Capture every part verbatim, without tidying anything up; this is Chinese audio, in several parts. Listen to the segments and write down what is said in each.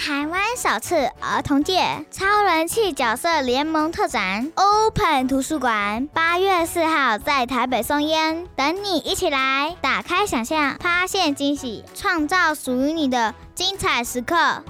台湾首次儿童界超人气角色联盟特展 Open 图书馆，八月四号在台北松烟，等你一起来，打开想象，发现惊喜，创造属于你的精彩时刻。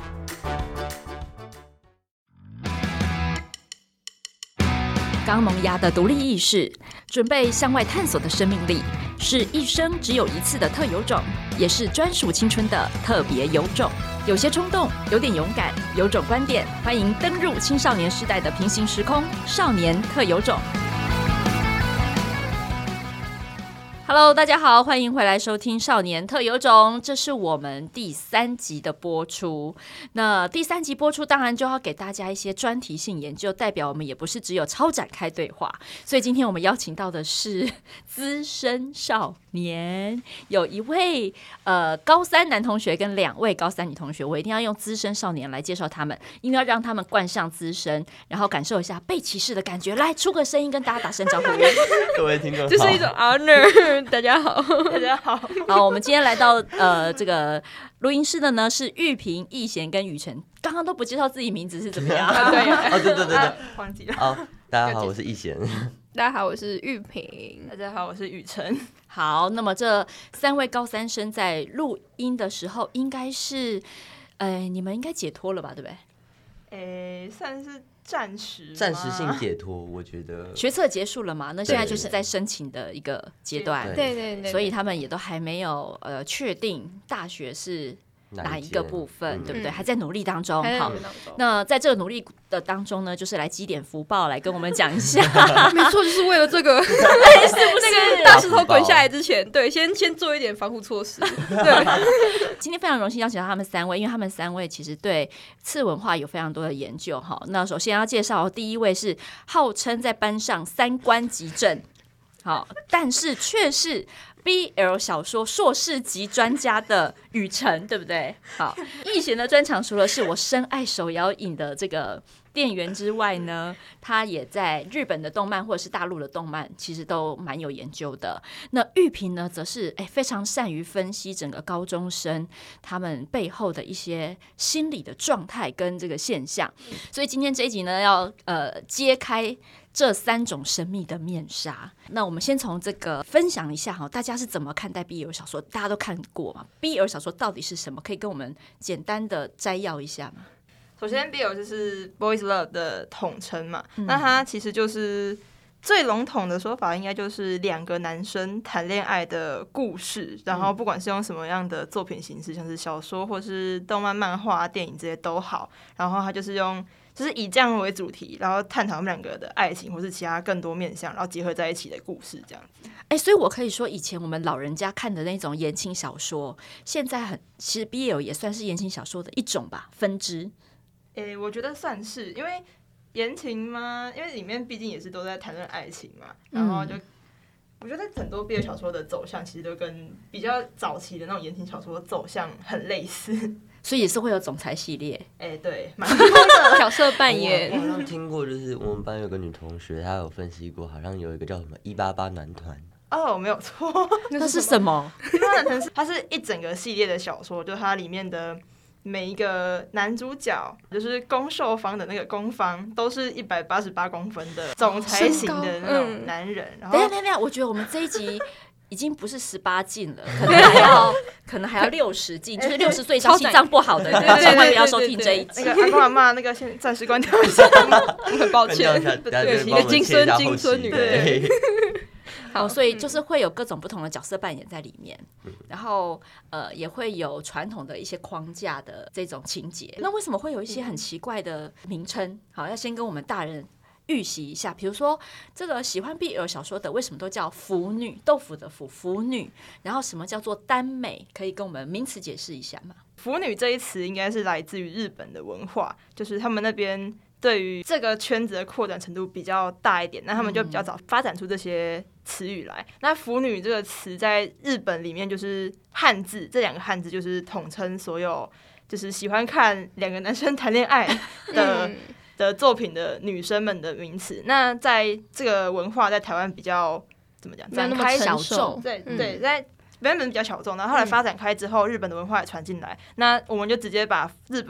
刚萌芽的独立意识，准备向外探索的生命力，是一生只有一次的特有种，也是专属青春的特别有种。有些冲动，有点勇敢，有种观点，欢迎登入青少年时代的平行时空，少年特有种。Hello， 大家好，欢迎回来收听《少年特有种》，这是我们第三集的播出。那第三集播出，当然就要给大家一些专题性研究，代表我们也不是只有超展开对话。所以今天我们邀请到的是资深少年，有一位呃高三男同学跟两位高三女同学，我一定要用资深少年来介绍他们，因为要让他们冠上资深，然后感受一下被歧视的感觉。来，出个声音跟大家打声招呼。 各位听众好， 这是一种 honor。大家好， 大家好。 好，我们今天来到呃这个录音室的呢是玉萍、易贤跟雨辰，刚刚都不介绍自己名字是怎么样？ 对， 哦，对对对对， 忘记了。 好，大家好，我是易贤。 大家好，我是玉萍。 大家好，我是雨辰。 好，那么这三位高三生在录音的时候，应该是，呃，你们应该解脱了吧，对不对？ 诶，算是暂时暂时性解脱，我觉得学测结束了嘛，那现在就是在申请的一个阶段， 对对 对, 对， 所以他们也都还没有呃确定大学是哪一个部分，嗯、对不对？还在努力当中。好，那在这个努力的当中呢，就是来积点福报，来跟我们讲一下。 没错，就是为了这个，是不是？那个大石头滚下来之前，对，先先做一点防护措施。对， 今天非常荣幸邀请到他们三位，因为他们三位其实对次文化有非常多的研究。哈，那首先要介绍第一位是号称在班上三观极正，好，但是却是B L 小说硕士级专家的雨辰，对不对？好，易贤的专长除了是我深爱手摇饮的这个店员之外呢，他也在日本的动漫或者是大陆的动漫，其实都蛮有研究的。那玉萍呢，则是哎非常善于分析整个高中生他们背后的一些心理的状态跟这个现象。所以今天这一集呢，要呃揭开这三种神秘的面纱。那我们先从这个分享一下哈，大家是怎么看待 B L 小说？大家都看过吗 ？B L 小说到底是什么？可以跟我们简单的摘要一下吗？ 首先 B L 就是 Boys Love 的统称嘛、嗯，那它其实就是最笼统的说法，应该就是两个男生谈恋爱的故事，然后不管是用什么样的作品形式，像是小说或是动漫、漫画、电影这些都好，然后它就是用就是以这样为主题，然后探讨他们两个的爱情或是其他更多面向，然后结合在一起的故事这样子。 哎、欸，所以我可以说，以前我们老人家看的那种言情小说，现在很其实 B L 也算是言情小说的一种吧，分支。 诶、欸，我觉得算是，因为言情嘛，因为里面毕竟也是都在谈论爱情嘛，然后就、嗯、我觉得很多 B L 小说的走向其实都跟比较早期的那种言情小说的走向很类似， 所以也是会有总裁系列。 哎、欸，对，蛮多的角色扮演。 我好像听过，就是我们班有个女同学，她有分析过，好像有一个叫什么一八八男团。 哦，没有错， 那是什么？ 一八八男团是它是一整个系列的小说，就它里面的每一个男主角，就是攻受方的那个攻方，都是一百八十八公分的总裁型的那种男人。嗯、然后， 等一下，等一下，我觉得我们这一集已经不是十八禁了，可能还要，可能还要六十禁，就是六十岁以上心脏不好的人，千万不要收听这一集。 那个阿公阿嬷，那个先暂时关掉一下， 很抱歉， 对， 你的金孙金孙女。 对。 好，所以就是会有各种不同的角色扮演在里面，然后呃也会有传统的一些框架的这种情节。那为什么会有一些很奇怪的名称？好，要先跟我们大人预习一下。比如说这个喜欢 B L 小说的，为什么都叫腐女？豆腐的腐，腐女。然后什么叫做耽美？可以跟我们名词解释一下吗？ 腐女这一词应该是来自于日本的文化，就是他们那边对于这个圈子的扩展程度比较大一点，那他们就比较早发展出这些词语来。嗯、那腐女这个词在日本里面就是汉字，这两个汉字就是统称所有就是喜欢看两个男生谈恋爱的、嗯、的作品的女生们的名词。那在这个文化在台湾比较怎么讲？展开小众， 对、嗯、对，在原本比较小众，然后后来发展开之后，嗯、日本的文化也传进来，那我们就直接把日本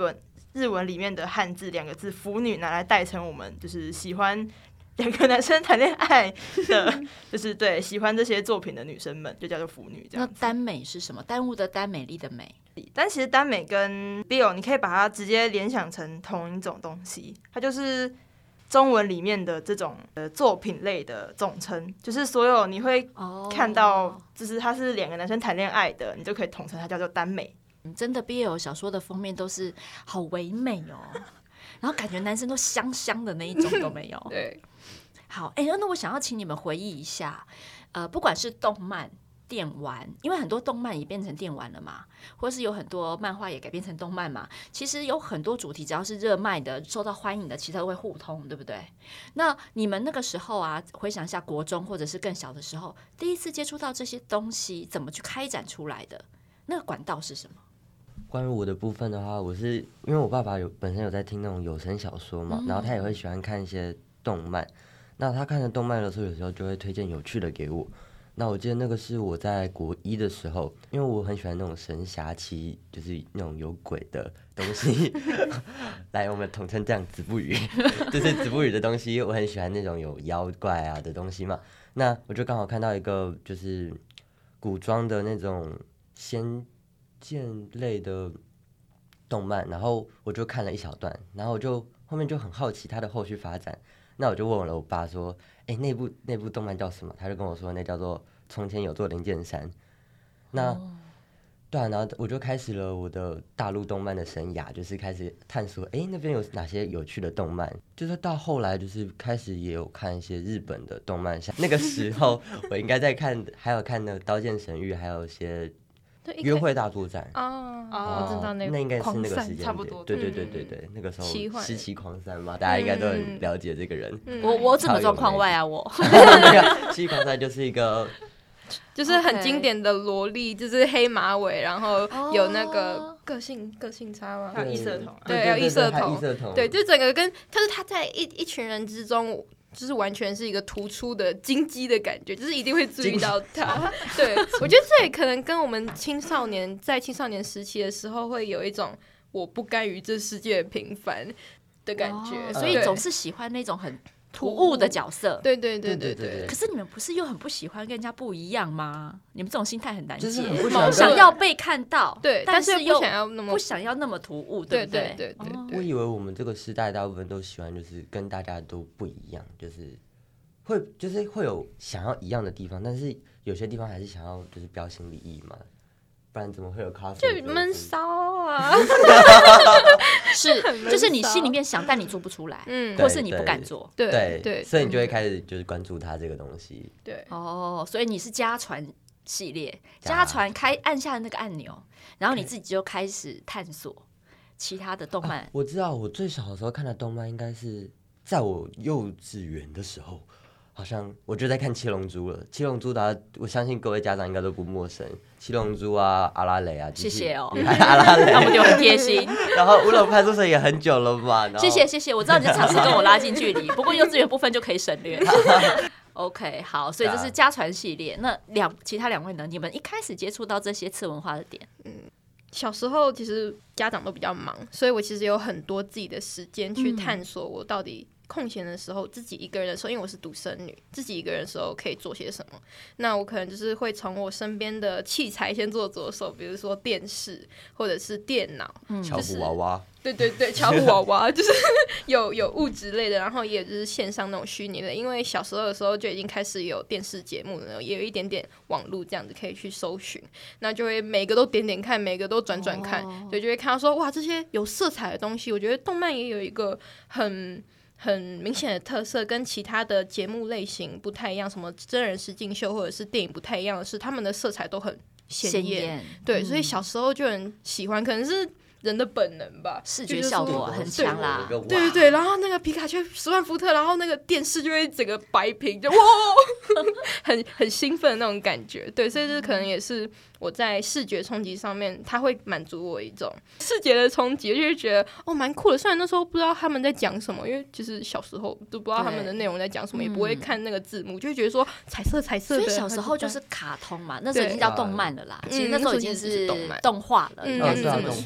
日文里面的汉字两个字腐女拿来代成我们就是喜欢两个男生谈恋爱的，就是对喜欢这些作品的女生们，就叫做腐女这样子。 那耽美是什么？耽误的耽，美丽的美。 但其实耽美跟 B L 你可以把它直接联想成同一种东西，它就是中文里面的这种呃作品类的总称，就是所有你会看到，就是它是两个男生谈恋爱的，你就可以统称它叫做耽美。 真的 B L 小说的封面都是好唯美哦，然后感觉男生都香香的那一种都没有。 对， 好，哎、欸，那我想要请你们回忆一下，呃，不管是动漫、电玩，因为很多动漫也变成电玩了嘛，或是有很多漫画也改编成动漫嘛。其实有很多主题，只要是热卖的、受到欢迎的，其实都会互通，对不对？那你们那个时候啊，回想一下国中或者是更小的时候，第一次接触到这些东西，怎么去开展出来的？那个管道是什么？ 关于我的部分的话，我是因为我爸爸有本身有在听那种有声小说嘛，嗯、然后他也会喜欢看一些动漫。那他看的动漫的时候，有时候就会推荐有趣的给我。那我记得那个是我在国一的时候，因为我很喜欢那种神侠奇，就是那种有鬼的东西。来，我们统称这样子不语，就是子不语的东西，我很喜欢那种有妖怪啊的东西嘛。那我就刚好看到一个就是古装的那种仙剑类的动漫，然后我就看了一小段，然后我就后面就很好奇它的后续发展。那我就问了我爸说：“哎、欸，那部那部动漫叫什么？”他就跟我说：“那叫做《从前有座灵剑山》。”那、oh. 对啊，然后我就开始了我的大陆动漫的生涯，就是开始探索，哎、欸，那边有哪些有趣的动漫。就是到后来，就是开始也有看一些日本的动漫，像那个时候我应该在看，还有看那个《刀剑神域》，还有一些。约会大作战哦，我知道那个， 那应该是那个时间点， 差不多。 对对对对对，那个时候诗奇狂三嘛，大家应该都很了解这个人。 嗯、我我怎么状况外啊？我诗奇狂三就是一个， 就是很经典的萝莉，就是黑马尾，然后有那个个性个性差嘛， 还有异色瞳， 对，有异色瞳， 异色瞳， 对，就整个跟，可是他在一一群人之中。就是完全是一个突出的金鸡的感觉，就是一定会注意到他。对，我觉得这也可能跟我们青少年在青少年时期的时候会有一种我不甘于这世界的平凡的感觉， 哦、所以总是喜欢那种很突兀的角色。 对对对对 对, 对。 可是你们不是又很不喜欢跟人家不一样吗？你们这种心态很难解， 就是想要被看到， 对， 但是又不想要那么不想要那么突兀，对不对？ 对对对对。 我以为我们这个时代大部分都喜欢，就是跟大家都不一样，就是。会就是会有想要一样的地方，但是有些地方还是想要就是标新立异嘛，不然怎么会有咖啡？ 就闷骚啊！ 是，就是你心里面想，但你做不出来，嗯，或是你不敢做， 对对, 对, 对， 所以你就会开始就是关注他这个东西。 对， 哦，所以你是家传系列，家传开按下那个按钮，然后你自己就开始探索其他的动漫。 啊、我知道，我最小的时候看的动漫应该是在我幼稚园的时候。好像我就在看七龙珠了，七龙珠的我相信各位家长应该都不陌生，七龙珠啊，阿拉蕾啊， 谢谢哦， 阿拉蕾， 他们就很贴心。 然后乌龙派出所也很久了嘛， 谢谢谢谢，我知道你是尝试跟我拉近距离，不过幼稚园部分就可以省略。OK， 好，所以这是家传系列。那两其他两位呢？你们一开始接触到这些次文化的点？ 嗯，小时候其实家长都比较忙，所以我其实有很多自己的时间去探索我到底。空闲的时候，自己一个人的时候，因为我是独生女，自己一个人的时候可以做些什么？那我可能就是会从我身边的器材先做着手，比如说电视或者是电脑， 嗯，巧虎娃娃， 对对对，巧虎娃娃就是有有物质类的，然后也就是线上那种虚拟的。因为小时候的时候就已经开始有电视节目了，也有一点点网络这样子可以去搜寻，那就会每个都点点看，每个都转转看，哦、对，就会看到说哇，这些有色彩的东西。我觉得动漫也有一个很。很明显的特色，跟其他的节目类型不太一样，什么真人实境秀或者是电影不太一样的是，他们的色彩都很鲜艳，对、嗯，所以小时候就很喜欢，可能是人的本能吧， 视觉效果很强啦， 对对对，然后那个皮卡丘十万伏特，然后那个电视就会整个白屏，就哇，很很兴奋的那种感觉，对，所以这可能也是我在视觉冲击上面，它会满足我一种视觉的冲击，就会觉得哦蛮酷的。虽然那时候不知道他们在讲什么，因为其实小时候都不知道他们的内容在讲什么，也不会看那个字幕，就会觉得说彩色彩色的。 所以小时候就是卡通嘛，那时候已经叫动漫了啦。其实那时候已经是动画了，应该是这么说。 对对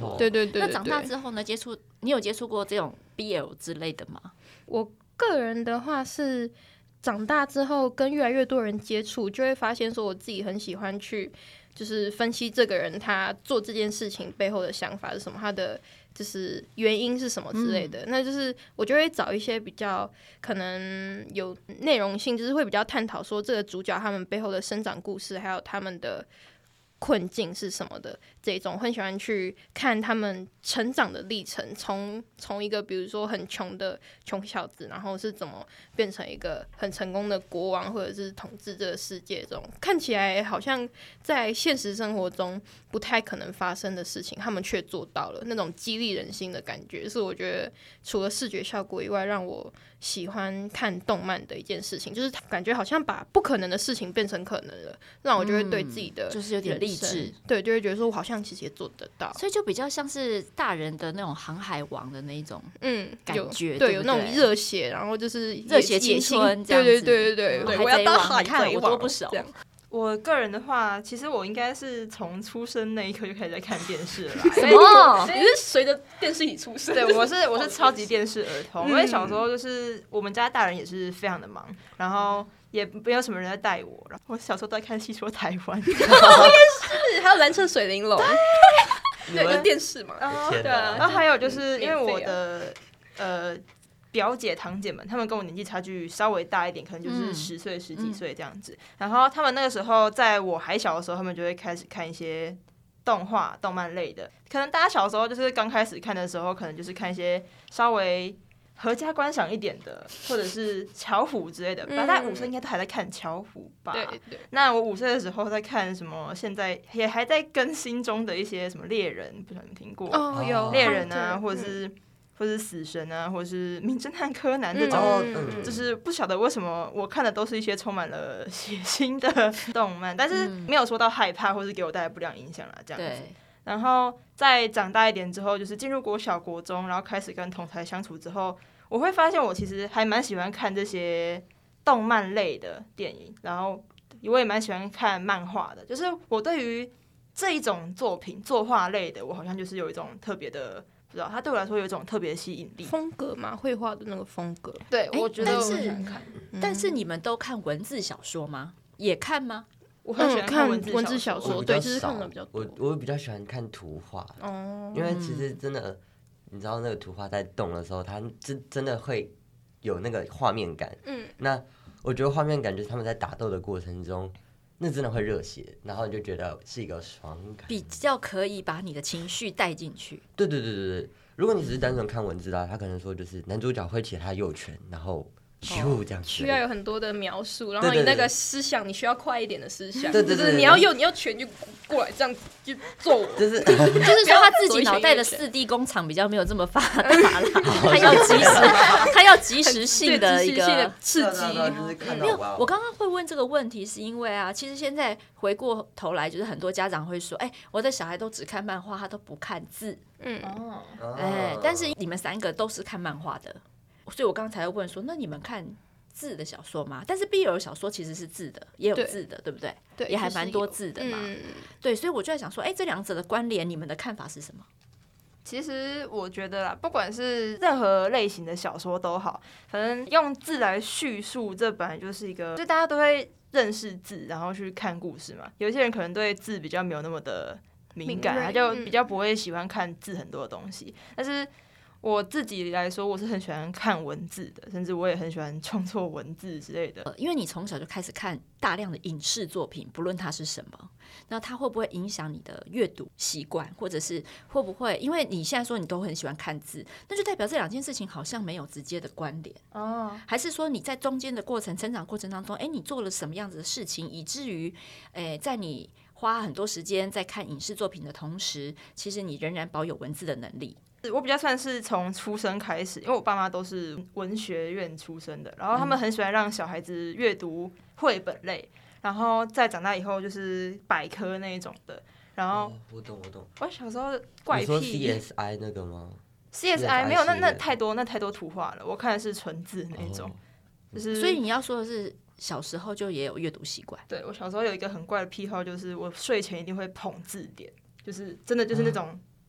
对对。 那长大之后呢，接触你有接触过这种 B L 之类的吗？ 我个人的话是长大之后跟越来越多人接触，就会发现说我自己很喜欢去就是分析这个人他做这件事情背后的想法是什么，他的就是原因是什么之类的、嗯、那就是我就会找一些比较可能有内容性，就是会比较探讨说这个主角他们背后的生长故事，还有他们的困境是什么的这种，很喜欢去看他们成长的历程，从从一个比如说很穷的穷小子，然后是怎么变成一个很成功的国王，或者是统治这个世界，这种看起来好像在现实生活中不太可能发生的事情，他们却做到了，那种激励人心的感觉，是我觉得除了视觉效果以外，让我喜欢看动漫的一件事情，就是感觉好像把不可能的事情变成可能了，让我就会对自己的、 嗯、就是有点励志， 对，就会觉得说我好像其实也做得到， 所以就比较像是大人的那种航海王的那一种嗯感觉， 对， 对， 有那种热血，然后就是热血青春这样子， 对对对对对，我要当海贼王， 你看我都不熟。 我个人的话，其实我应该是从出生那一刻就开始在看电视了啦。 什么？你是随着电视一起出生？ 对，我是我是超级电视儿童。因为小时候就是我们家大人也是非常的忙，然后也没有什么人在带我。然后我小时候都在看《戏说台湾》，我也是，还有《蓝色水玲珑》，对，就电视嘛。 对啊。然后还有就是因为我的呃。表姐堂姐们，他们跟我年纪差距稍微大一点，可能就是十岁、十几岁这样子、嗯。然后他们那个时候，在我还小的时候，他们就会开始看一些动画、动漫类的。可能大家小时候就是刚开始看的时候，可能就是看一些稍微合家观赏一点的，或者是巧虎之类的。大概五岁应该都还在看巧虎吧。 对对。 那我五岁的时候在看什么？现在也还在更新中的一些什么猎人，不知道你们听过？ 哦，有猎人啊，或者是。或是死神啊，或者是名侦探柯南这种、嗯，就是不晓得为什么我看的都是一些充满了血腥的动漫，但是没有说到害怕或是给我带来不良影响啦，这样子。然后再长大一点之后，就是进入国小、国中，然后开始跟同侪相处之后，我会发现我其实还蛮喜欢看这些动漫类的电影，然后我也蛮喜欢看漫画的。就是我对于这一种作品，作画类的，我好像就是有一种特别的。不知道，它对我来说有一种特别吸引力， 风格嘛，绘画的那个风格。 对，我觉得我很喜欢看。 嗯、但是你们都看文字小说吗？也看吗？ 我很喜欢看文字文字小说，对，就是看的比较多。 我我比较喜欢看图画，哦，因为其实真的，你知道那个图画在动的时候，它真真的会有那个画面感。嗯，那我觉得画面感就是他们在打斗的过程中。那真的会热血，然后你就觉得是一个爽感， 比较可以把你的情绪带进去。 对对对对对，如果你只是单纯看文字啊，他可能说就是男主角挥起他的右拳，然后咻这样子， 需要有很多的描述，然后你那个思想你需要快一点的思想， 对对对， 就是你要右你要拳就过来这样就揍我， 就是就是说他自己脑袋的四 D 工厂比较没有这么发达啦，他要及时，他要及时性的一个刺激。没有，我刚刚会问这个问题是因为啊，其实现在回过头来，就是很多家长会说，哎、欸，我的小孩都只看漫画，他都不看字，嗯，哦，哎，但是你们三个都是看漫画的。所以我刚才又问说，那你们看字的小说吗？但是 B L 小说其实是字的，也有字的， 对, 对不对？ 对， 也还蛮多字的嘛。嗯、对，所以我就在想说，哎、欸，这两者的关联，你们的看法是什么？ 其实我觉得啦，不管是任何类型的小说都好，反正用字来叙述，这本来就是一个，就大家都会认识字，然后去看故事嘛。有些人可能对字比较没有那么的敏感，他就比较不会喜欢看字很多的东西，但是。我自己来说，我是很喜欢看文字的，甚至我也很喜欢创作文字之类的。 呃、因为你从小就开始看大量的影视作品，不论它是什么，那它会不会影响你的阅读习惯，或者是会不会？因为你现在说你都很喜欢看字，那就代表这两件事情好像没有直接的关联哦。还是说你在中间的过程、成长过程当中，哎，你做了什么样子的事情，以至于，哎，在你花很多时间在看影视作品的同时，其实你仍然保有文字的能力。 我比较算是从出生开始，因为我爸妈都是文学院出身的，然后他们很喜欢让小孩子阅读绘本类，然后再长大以后就是百科那一种的。然后、 哦、我懂我懂， 我小时候怪癖。 你说 C S I 那个吗 ？C S I 没有，那那太多那太多图画了，我看的是纯字那种、哦，就是。 所以你要说的是。小时候就也有阅读习惯。 对，我小时候有一个很怪的癖好，就是我睡前一定会捧字典，就是真的就是那种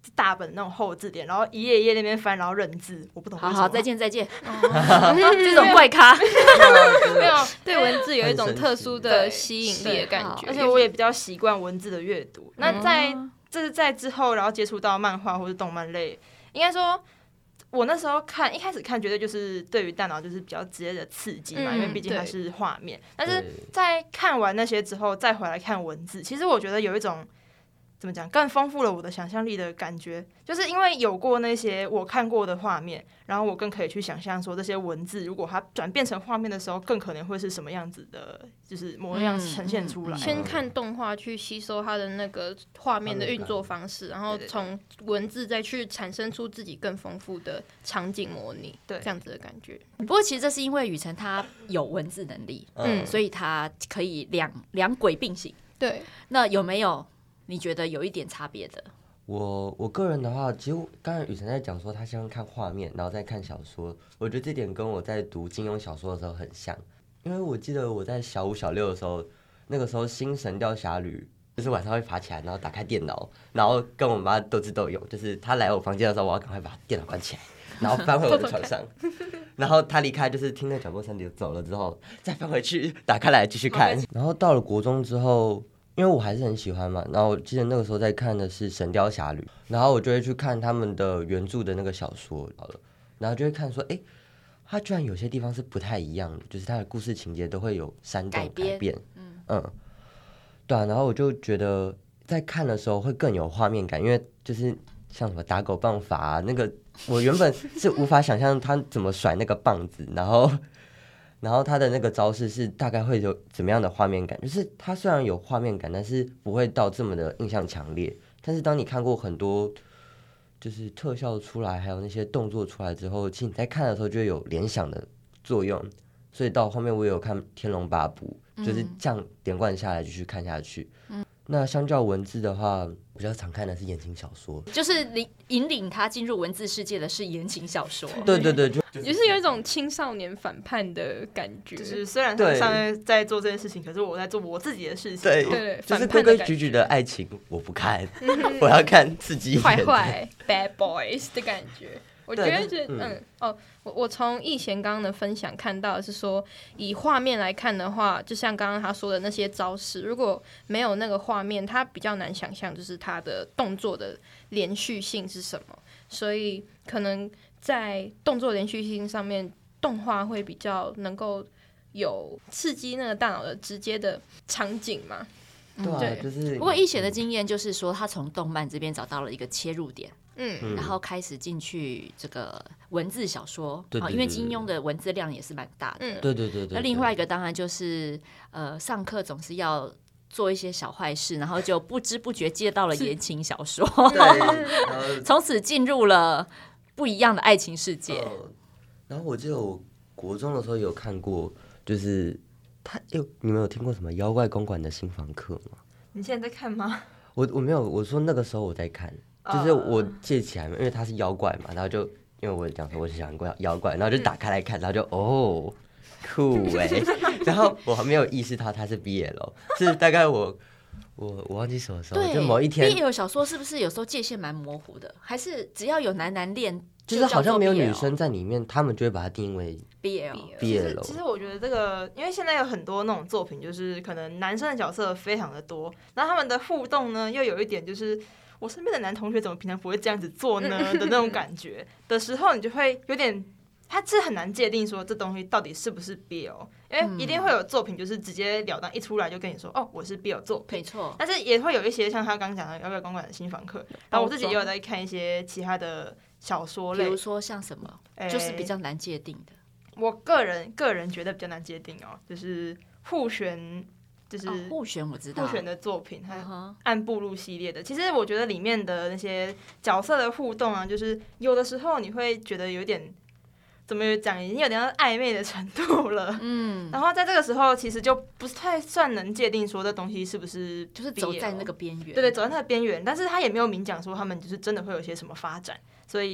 大本那种厚字典，然后一页一页那边翻，然后认字，我不懂为什么。 好好，再见再见。这种怪咖， 没有对文字有一种特殊的吸引力的感觉， 而且我也比较习惯文字的阅读。那在这是在之后，然后接触到漫画或是动漫类，应该说。我那时候看，一开始看绝对就是对于大脑就是比较直接的刺激嘛，嗯、因为毕竟它是画面。但是在看完那些之后，再回来看文字，其实我觉得有一种怎么讲，更丰富了我的想象力的感觉。就是因为有过那些我看过的画面，然后我更可以去想象说这些文字如果它转变成画面的时候，更可能会是什么样子的，就是模样呈现出来。 嗯、先看动画去吸收它的那个画面的运作方式，然后从文字再去产生出自己更丰富的场景模拟，对，这样子的感觉。 不过其实这是因为宇辰他有文字能力，嗯，所以他可以两两轨并行。 对， 那有没有你觉得有一点差别的？ 我我个人的话，其实刚才宇辰在讲说他喜欢看画面，然后再看小说，我觉得这点跟我在读金庸小说的时候很像，因为我记得我在小五小六的时候，那个时候《新神雕侠侣》就是晚上会爬起来，然后打开电脑，然后跟我妈斗智斗勇，就是他来我房间的时候，我要赶快把电脑关起来，然后翻回我的床上，然后他离开就是听那脚步声走了之后，再翻回去打开来继续看，然后到了国中之后。因为我还是很喜欢嘛，然后我记得那个时候在看的是《神雕侠侣》，然后我就会去看他们的原著的那个小说，然后就会看说，哎，它居然有些地方是不太一样的，就是它的故事情节都会有煽动改变，嗯嗯，对啊，然后我就觉得在看的时候会更有画面感，因为就是像什么打狗棒法啊，那个我原本是无法想象他怎么甩那个棒子，然后。然后他的那个招式是大概会有怎么样的画面感？就是他虽然有画面感，但是不会到这么的印象强烈。但是当你看过很多就是特效出来，还有那些动作出来之后，其实你在看的时候就会有联想的作用。所以到后面我也有看《天龙八部》，就是这样连贯下来继续看下去。嗯，那相较文字的话，比较常看的是言情小说， 就是引领他进入文字世界的是言情小说。 对对对，就就是有一种青少年反叛的感觉。 就是虽然他上面在做这件事情，可是我在做我自己的事情。 对对， 就是规规矩矩的爱情我不看，我要看刺激坏坏 bad boys 的感觉。我觉得就嗯, 嗯哦，我我从易贤刚刚的分享看到的是说，以画面来看的话，就像刚刚他说的那些招式，如果没有那个画面，他比较难想象就是他的动作的连续性是什么，所以可能在动作连续性上面，动画会比较能够有刺激那个大脑的直接的场景嘛。 对啊，对，就是不过易贤的经验就是说，他从动漫这边找到了一个切入点。嗯，然后开始进去这个文字小说， 对对对对， 因为金庸的文字量也是蛮大的。 嗯，对对 对, 对, 对。 那另外一个当然就是呃，上课总是要做一些小坏事，然后就不知不觉接到了言情小说，从此进入了不一样的爱情世界。呃、 然后我记得我国中的时候有看过，就是他有你们有听过什么妖怪公馆的新房客吗？ 你现在在看吗？ 我我没有，我说那个时候我在看。就是我借起来，因为他是妖怪嘛，然后就因为我讲说我喜欢妖怪，然后就打开来看，然后就哦酷哎、欸，然后我还没有意识到他是 B L， 是大概我我我忘记什么时候，就某一天 B L 小说是不是有时候界限蛮模糊的？还是只要有男男恋， 就是好像没有女生在里面，他们就会把它定义为 B L B L。 其实我觉得这个，因为现在有很多那种作品，就是可能男生的角色非常的多，然后他们的互动呢，又有一点就是。我身边的男同学怎么平常不会这样子做呢的那种感觉的时候，你就会有点，他是很难界定说这东西到底是不是 B L， 因为一定会有作品就是直截了当一出来就跟你说哦我是 B L 作品， 没错。但是也会有一些像他刚刚讲的妖怪公馆的新房客，然后我自己也有在看一些其他的小说类， 比如说像什么，欸、就是比较难界定的。 我个人个人觉得比较难界定哦，就是互玄。就是互玄，我知道互玄的作品，还有暗部落系列的。其实我觉得里面的那些角色的互动啊，就是有的时候你会觉得有点怎么讲，已经有点暧昧的程度了。嗯，然后在这个时候，其实就不太算能界定说这东西是不是就是走在那个边缘。 对对，走在那个边缘，但是他也没有明讲说他们就是真的会有些什么发展，所以。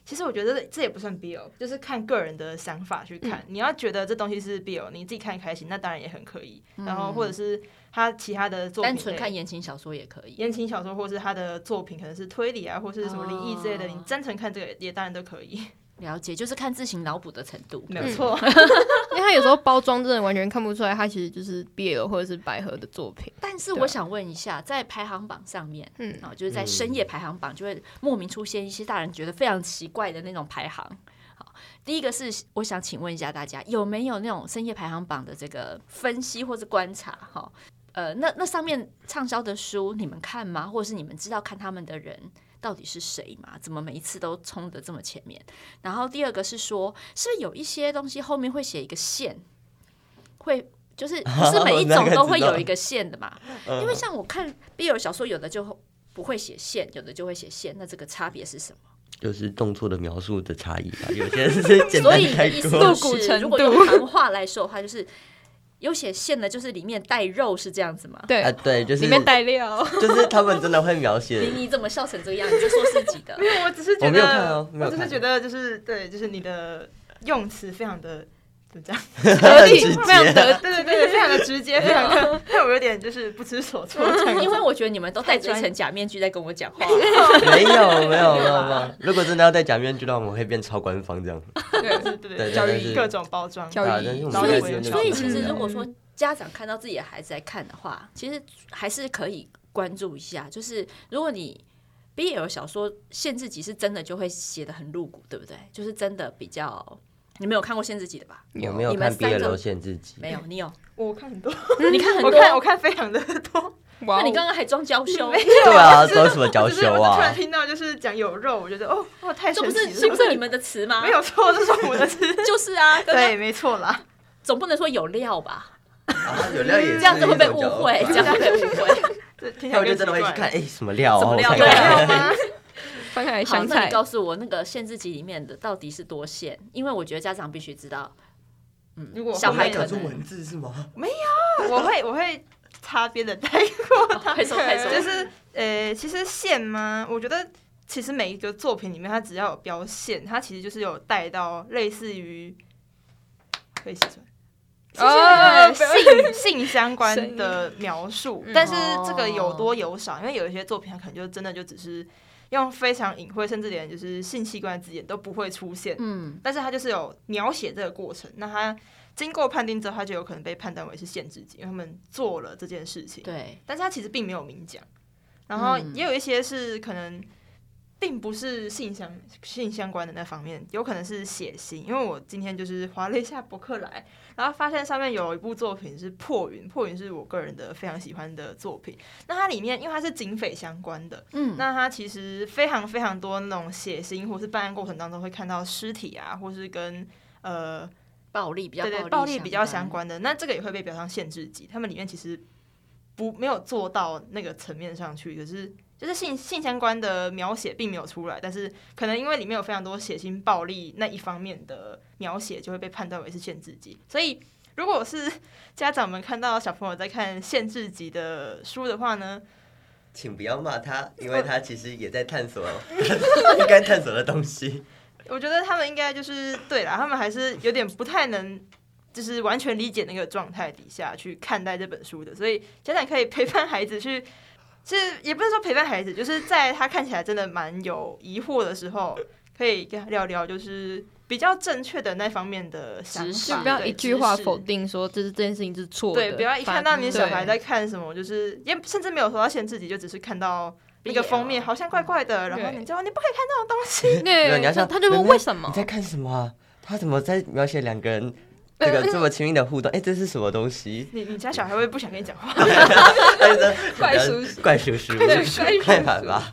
其实我觉得这也不算 B L， 就是看个人的想法去看。嗯、你要觉得这东西是 B L， 你自己看开心，那当然也很可以。嗯、然后或者是他其他的作品， 单纯看言情小说也可以。 言情小说或是他的作品可能是推理啊，或是什么灵异之类的，哦、你单纯看这个也当然都可以。 了解，就是看自行脑补的程度， 没有错。 因为他有时候包装真的完全看不出来，他其实就是 B L 或者是百合的作品。 但是我想问一下，在排行榜上面，嗯，哦，就是在深夜排行榜就会莫名出现一些大人觉得非常奇怪的那种排行。好，第一个是我想请问一下大家，有没有那种深夜排行榜的这个分析或是观察？哈，呃，那那上面畅销的书你们看吗？或者是你们知道看他们的人到底是谁嘛？怎么每一次都冲得这么前面？然后第二个是说，是不是有一些东西后面会写一个线，会就是不是每一种都会有一个线的嘛？因为像我看 B L 小说，有的就不会写线，有的就会写线，那这个差别是什么？ 就是动作的描述的差异吧，有些是简单所以你的意思就是，如果用行话来说的话，就是有写线的，就是里面带肉，是这样子吗？ 对、 啊、对，就是里面带料， 就是他们真的会描写。 你你怎么笑成这个样？你在说自己的？ 没有，我只是觉得， 我没有看哦， 我只是觉得就是对，就是你的用词非常的。就这样， 得力，非常得， 对对对，非常的直接，非常的，让我有点就是不知所措。 因为我觉得你们都戴着一层假面具在跟我讲话。 没有没有没有没有，如果真的要戴假面具的话，我们会变超官方这样。 对对对，教育各种包装， 教育。 所以所以其实如果说家长看到自己的孩子在看的话，其实还是可以关注一下。就是如果你 B L 小说限制级是真的就会写得很露骨，对不对？就是真的比较。你没有看过限制级的吧？ 有没有看 B L 限制级？ 没有，你有？ 我看很多， 你看很多， 我看我看非常的多。 那你刚刚还装娇羞？ 对啊，装什么娇羞啊？ 突然听到就是讲有肉，我觉得哦哦太神奇了。 这不是这不是你们的词吗？ 没有错，这是我们的词。 就是啊， 对，没错啦。 总不能说有料吧？ 有料也这样子会被误会，这样会被误会。 听起来我就真的会去看，哎，什么料？ 什么料？ 翻开来香菜。 好，那你告诉我那个限制级里面的到底是多限？因为我觉得家长必须知道。嗯， 如果小孩可能文字是吗？ 没有，我会我会擦边的带过它。 快说快说， 就是呃，其实线吗？我觉得其实每一个作品里面，它只要有标线，它其实就是有带到类似于可以写出来。哦，性性相关的描述，但是这个有多有少，因为有一些作品它可能就真的就只是用非常隐晦，甚至连就是性器官的字眼都不会出现，嗯，但是它就是有描写这个过程，那它经过判定之后，它就有可能被判断为是限制级，因为他们做了这件事情， 对， 但是它其实并没有明讲，然后也有一些是可能并不是性相性相关的那方面，有可能是血腥，因为我今天就是滑了一下博客来，然后发现上面有一部作品是破云，破云是我个人的非常喜欢的作品。那它里面因为它是警匪相关的，嗯，那它其实非常非常多那种血腥，或是办案过程当中会看到尸体啊，或是跟呃暴力比较对对暴力比较相关的，那这个也会被标上限制级。他们里面其实不没有做到那个层面上去，可是。就是性性相关的描写并没有出来，但是可能因为里面有非常多血腥暴力那一方面的描写，就会被判断为是限制级。所以，如果是家长们看到小朋友在看限制级的书的话呢， 请不要骂他，因为他其实也在探索应该探索的东西。 我觉得他们应该就是对啦，他们还是有点不太能。就是完全理解那个状态底下去看待这本书的，所以家长可以陪伴孩子去。其实也不是说陪伴孩子，就是在他看起来真的蛮有疑惑的时候，可以跟他聊聊，就是比较正确的那方面的想法， 就不要一句话否定说这是这件事情是错的。 对，不要一看到你小孩在看什么，就是也甚至没有说要限制自己，就只是看到那个封面好像怪怪的，然后你知道你不可以看这种东西。 对， 你要想他就问为什么你在看什么啊？他怎么在描写两个人？这个这么亲密的互动，哎、欸，这是什么东西？ 你你家小孩会不想跟你讲话？ 怪叔叔， 怪叔叔，太烦吧？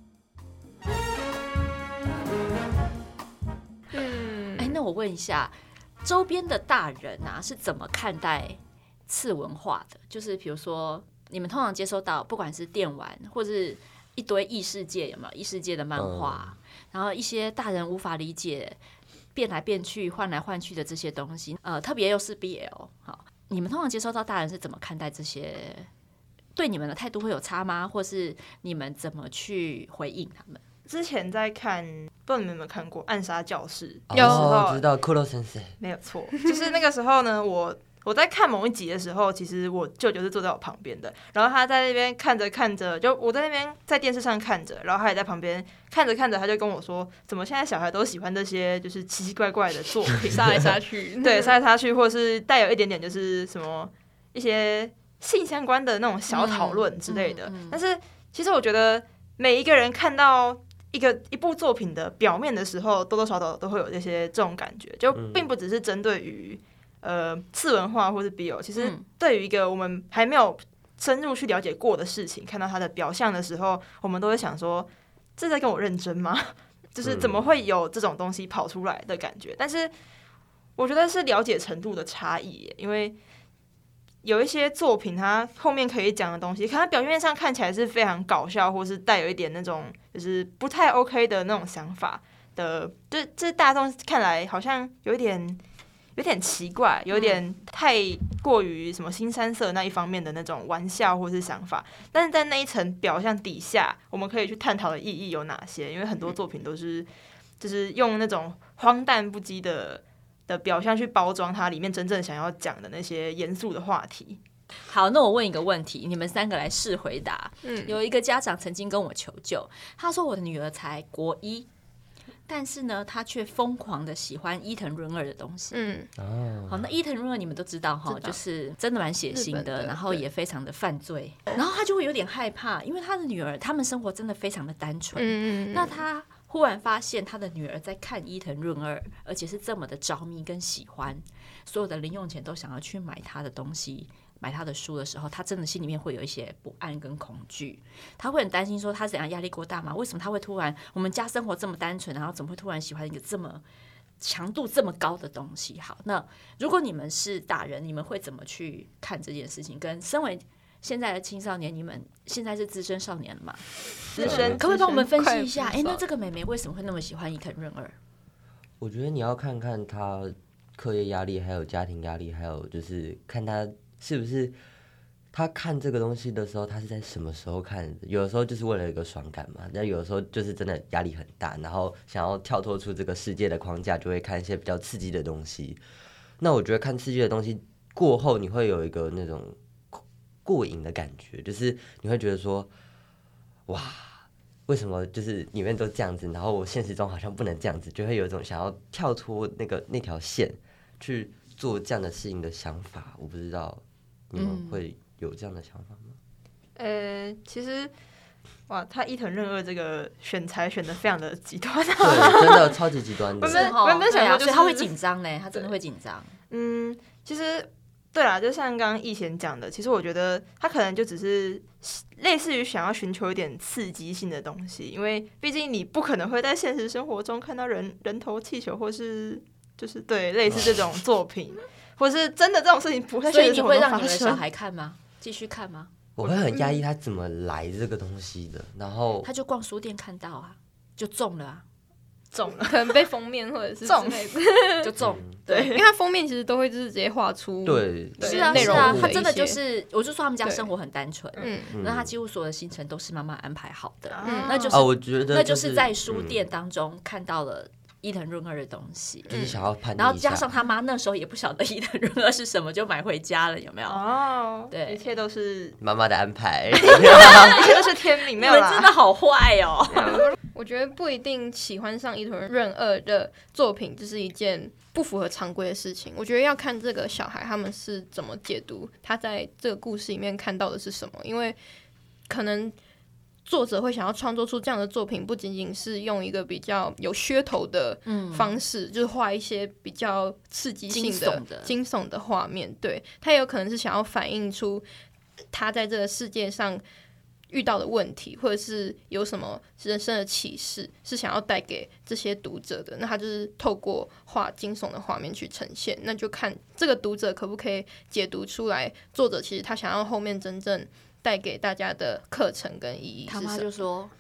嗯，哎，那我问一下，周边的大人啊是怎么看待次文化的？就是比如说，你们通常接收到，不管是电玩或是一堆异世界，有没有异世界的漫画？嗯、然后一些大人无法理解。变来变去、换来换去的这些东西，呃，特别又是 B L， 好，你们通常接收到大人是怎么看待这些？对你们的态度会有差吗？或是你们怎么去回应他们？ 之前在看，不知道你们有没有看过《暗杀教室》？ 有哦，知道库洛先生， 没有错，就是那个时候呢，我我在看某一集的时候，其实我舅舅是坐在我旁边的，然后他在那边看着看着，就我在那边在电视上看着，然后他也在旁边看着看着，他就跟我说，怎么现在小孩都喜欢这些就是奇奇怪怪的作品， 杀来杀去， 对，杀来杀去，或是带有一点点就是什么一些性相关的那种小讨论之类的。 嗯嗯嗯但是其实我觉得每一个人看到一个一部作品的表面的时候，多多少少都会有这些这种感觉，就并不只是针对于呃次文化或是 B L， 其实对于一个我们还没有深入去了解过的事情，看到它的表象的时候，我们都会想说，这在跟我认真吗？就是怎么会有这种东西跑出来的感觉？但是我觉得是了解程度的差异耶，因为有一些作品，它后面可以讲的东西，可它表面上看起来是非常搞笑，或是带有一点那种就是不太 OK 的那种想法的，就这大众看来好像有一点有点奇怪，有点太过于什么新三色那一方面的那种玩笑或是想法，但是在那一层表象底下，我们可以去探讨的意义有哪些？因为很多作品都是就是用那种荒诞不羁的。的表象去包装它里面真正想要讲的那些严肃的话题。 好，那我问一个问题，你们三个来试回答。 嗯， 有一个家长曾经跟我求救，他说我的女儿才国一，但是呢，她却疯狂的喜欢伊藤润二的东西。 嗯， 哦， 好，那伊藤润二你们都知道哈， 知道就是真的蛮血腥的， 日本的然后也非常的犯罪，然后他就会有点害怕，因为他的女儿，他们生活真的非常的单纯。 嗯嗯， 那他忽然发现他的女儿在看伊藤润二，而且是这么的着迷跟喜欢，所有的零用钱都想要去买他的东西，买他的书的时候，他真的心里面会有一些不安跟恐惧，他会很担心说他怎样压力过大吗？为什么他会突然我们家生活这么单纯，然后怎么会突然喜欢一个这么强度这么高的东西？好，那如果你们是大人，你们会怎么去看这件事情？跟身为现在的青少年，你们现在是资深少年了嘛？ 资深， 可不可以帮我们分析一下？哎、 快那这个妹妹为什么会那么喜欢伊藤润二？ 我觉得你要看看他课业压力，还有家庭压力，还有就是看他是不是他看这个东西的时候，他是在什么时候看的？有的时候就是为了一个爽感嘛，但有的时候就是真的压力很大，然后想要跳脱出这个世界的框架，就会看一些比较刺激的东西。那我觉得看刺激的东西过后，你会有一个那种过瘾的感觉，就是你会觉得说，哇，为什么就是里面都这样子，然后我现实中好像不能这样子，就会有一种想要跳脱那个那条线去做这样的事情的想法。我不知道你们会有这样的想法吗？ 呃，其实哇，他伊藤润二这个选材选的非常的极端， 对，真的超级极端的。 我们我原本想说就是他会紧张呢，他真的会紧张。 嗯，其实对啦，就像刚刚逸贤讲的，其实我觉得他可能就只是类似于想要寻求一点刺激性的东西，因为毕竟你不可能会在现实生活中看到人人头气球，或是就是对类似这种作品，或是真的这种事情不会在所以现实生活你会让中发生。 你的小孩看吗？继续看吗？ 我会很压抑他怎么来这个东西的，然后他就逛书店看到啊，就中了啊， 中了， 可能被封面或者是中之类的， 就中。 嗯对因为它封面其实都会就是直接画出对对是啊，是啊， 内容物的他真的一些就是，我就说他们家对生活很单纯， 嗯嗯那他几乎所有的行程都是妈妈安排好的， 嗯那就是啊，我觉得那就就是在书店当中看到了伊藤润二的东西， 就是想要叛逆一下， 然后加上他妈那时候也不晓得伊藤润二是什么，就买回家了，有没有？ 哦， 对一切都是妈妈的安排。 一切都是天命，没有你们真的啦。 好坏哦！ 我觉得不一定喜欢上伊藤润二的作品，这是一件不符合常规的事情。我觉得要看这个小孩他们是怎么解读他在这个故事里面看到的是什么，因为可能作者会想要创作出这样的作品，不仅仅是用一个比较有噱头的方式，嗯、就是画一些比较刺激性的、惊悚的画面。对，他也有可能是想要反映出他在这个世界上遇到的问题，或者是有什么人生的启示，是想要带给这些读者的。那他就是透过画惊悚的画面去呈现，那就看这个读者可不可以解读出来，作者其实他想要后面真正带给大家的课程跟意义是什么。 他妈就说：“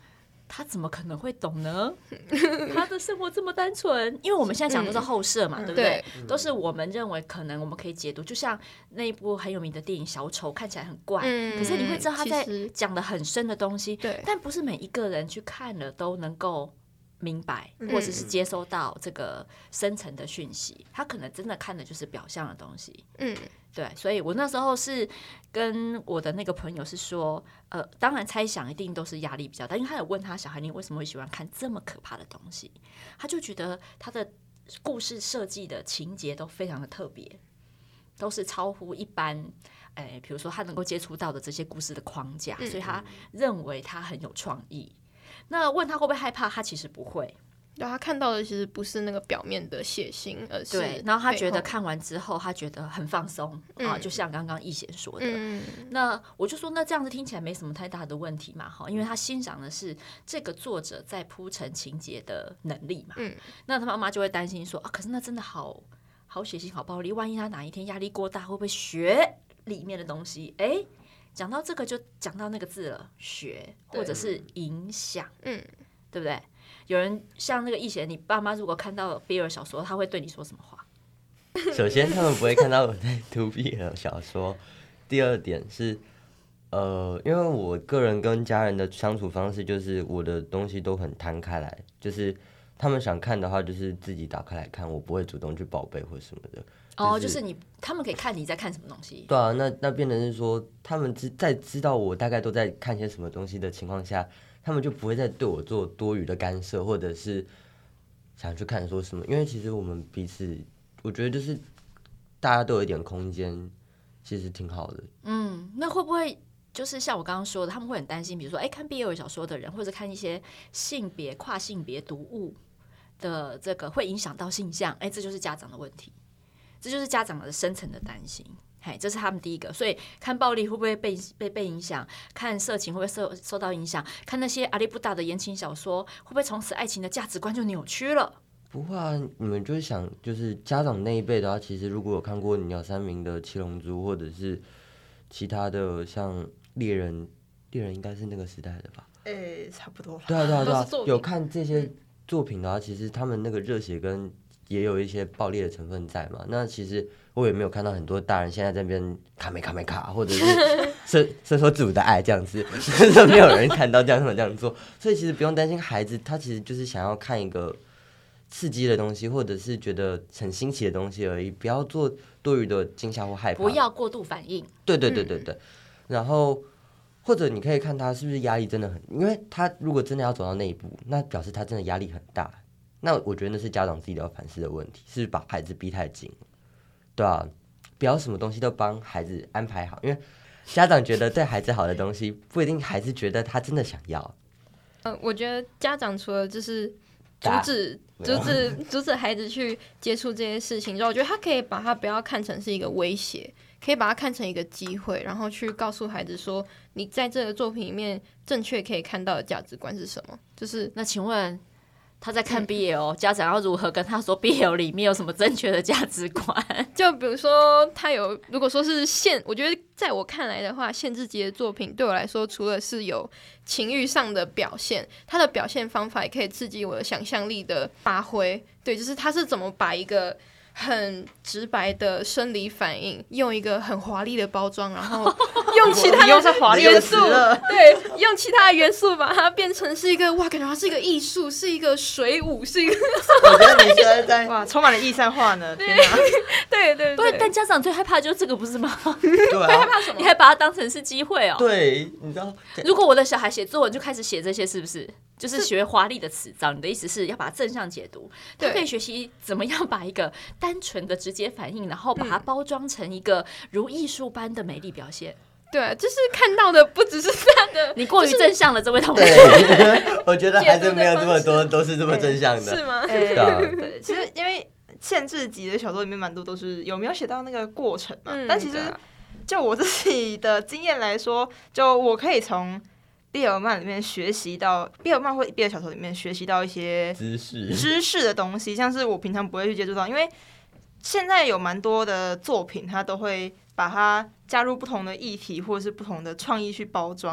他怎么可能会懂呢？他的生活这么单纯，因为我们现在讲的都是后设嘛，嗯、对不对？对，都是我们认为可能我们可以解读，就像那一部很有名的电影《小丑》，看起来很怪，嗯、可是你会知道他在讲的很深的东西，对，但不是每一个人去看了都能够明白，或者是接收到这个深层的讯息，他可能真的看的就是表象的东西，嗯。对，所以我那时候是跟我的那个朋友是说，呃，当然猜想一定都是压力比较大，因为他有问他小孩你为什么会喜欢看这么可怕的东西，他就觉得他的故事设计的情节都非常的特别，都是超乎一般，哎，比如说他能够接触到的这些故事的框架，所以他认为他很有创意。那问他会不会害怕，他其实不会。 对，他看到的其实不是那个表面的血腥，而是对。然后他觉得看完之后，他觉得很放松、嗯、啊，就像刚刚易贤说的。嗯、那我就说，那这样子听起来没什么太大的问题嘛，哈，因为他欣赏的是这个作者在铺陈情节的能力嘛。嗯、那他妈妈就会担心说啊，可是那真的好好血腥、好暴力，万一他哪一天压力过大，会不会学里面的东西？哎，讲到这个就讲到那个字了，学或者是影响，嗯，对不对？有人像那个易贤，你爸妈如果看到 B L 小说，他会对你说什么话？ 首先，他们不会看到我在读 B L 小说。第二点是，呃，因为我个人跟家人的相处方式，就是我的东西都很摊开来，就是他们想看的话，就是自己打开来看，我不会主动去报备或什么的。 哦，就是你，他们可以看你在看什么东西。 对啊，那那变成是说，他们在知道我大概都在看些什么东西的情况下。他们就不会再对我做多余的干涉，或者是想去看说什么，因为其实我们彼此，我觉得就是大家都有一点空间，其实挺好的。 嗯，那会不会就是像我刚刚说的，他们会很担心，比如说，哎，看 B L 小说的人，或者看一些性别、跨性别读物的这个会影响到性向，哎，这就是家长的问题，这就是家长的深层的担心。嘿，这是他们第一个，所以看暴力会不会被被被影响？看色情会不会受受到影响？看那些阿里不达的言情小说，会不会从此爱情的价值观就扭曲了？ 不会啊，你们就是想，就是家长那一辈的话，其实如果有看过鸟山明的《七龙珠》，或者是其他的像猎人，猎人应该是那个时代的吧？ 诶、欸，差不多了。 对啊，对啊，对啊，有看这些作品的话，其实他们那个热血跟也有一些暴力的成分在嘛。那其实我也没有看到很多大人现在在那边卡没卡没卡，或者是伸伸缩自我的爱这样子，就是没有人看到这样这样做。所以其实不用担心孩子，他其实就是想要看一个刺激的东西，或者是觉得很新奇的东西而已，不要做多余的惊吓或害怕， 不要过度反应。 对对对对对，嗯、然后或者你可以看他是不是压力真的很，因为他如果真的要走到那一步，那表示他真的压力很大。那我觉得那是家长自己要反思的问题，是把孩子逼太紧，对啊，不要什么东西都帮孩子安排好，因为家长觉得对孩子好的东西，不一定孩子觉得他真的想要。 嗯、呃，我觉得家长除了就是阻止阻止阻止孩子去接触这些事情之后，我觉得他可以把它不要看成是一个威胁，可以把它看成一个机会，然后去告诉孩子说，你在这个作品里面正确可以看到的价值观是什么。就是那请问他在看 B L，、嗯、家长要如何跟他说 B L 里面有什么正确的价值观？ 就比如说他有，如果说是限，我觉得在我看来的话，限制级的作品对我来说，除了是有情欲上的表现，它的表现方法也可以刺激我的想象力的发挥。对，就是他是怎么把一个很直白的生理反应，用一个很华丽的包装，然后用其他的元素，对，用其他的元素把它变成是一个哇，感觉它是一个艺术，是一个水舞，是一个。 我觉得你现在在哇，充满了意象化呢，天哪！ 对对对， 但家长最害怕的就是这个，不是吗？ 对啊， 害怕什么？你还把它当成是机会哦。 对，你知道， 如果我的小孩写作文就开始写这些，是不是？就是学华丽的词藻，你的意思是要把它正向解读，他可以学习怎么样把一个单纯的直接反应，然后把它包装成一个如艺术般的美丽表现。 对，就是看到的不只是他的， 你过于正向了，这位同学。 对，我觉得孩子没有这么多都是这么正向的， 是吗？ 对啊， 对，其实因为限制级的小说里面蛮多都是有描写到那个过程嘛，嗯、但其实就我自己的经验来说，就我可以从B L 漫里面学习到 B L 漫或 B L 小说里面学习到一些知识知识的东西，像是我平常不会去接触到，因为现在有蛮多的作品，它都会把它加入不同的议题或者是不同的创意去包装，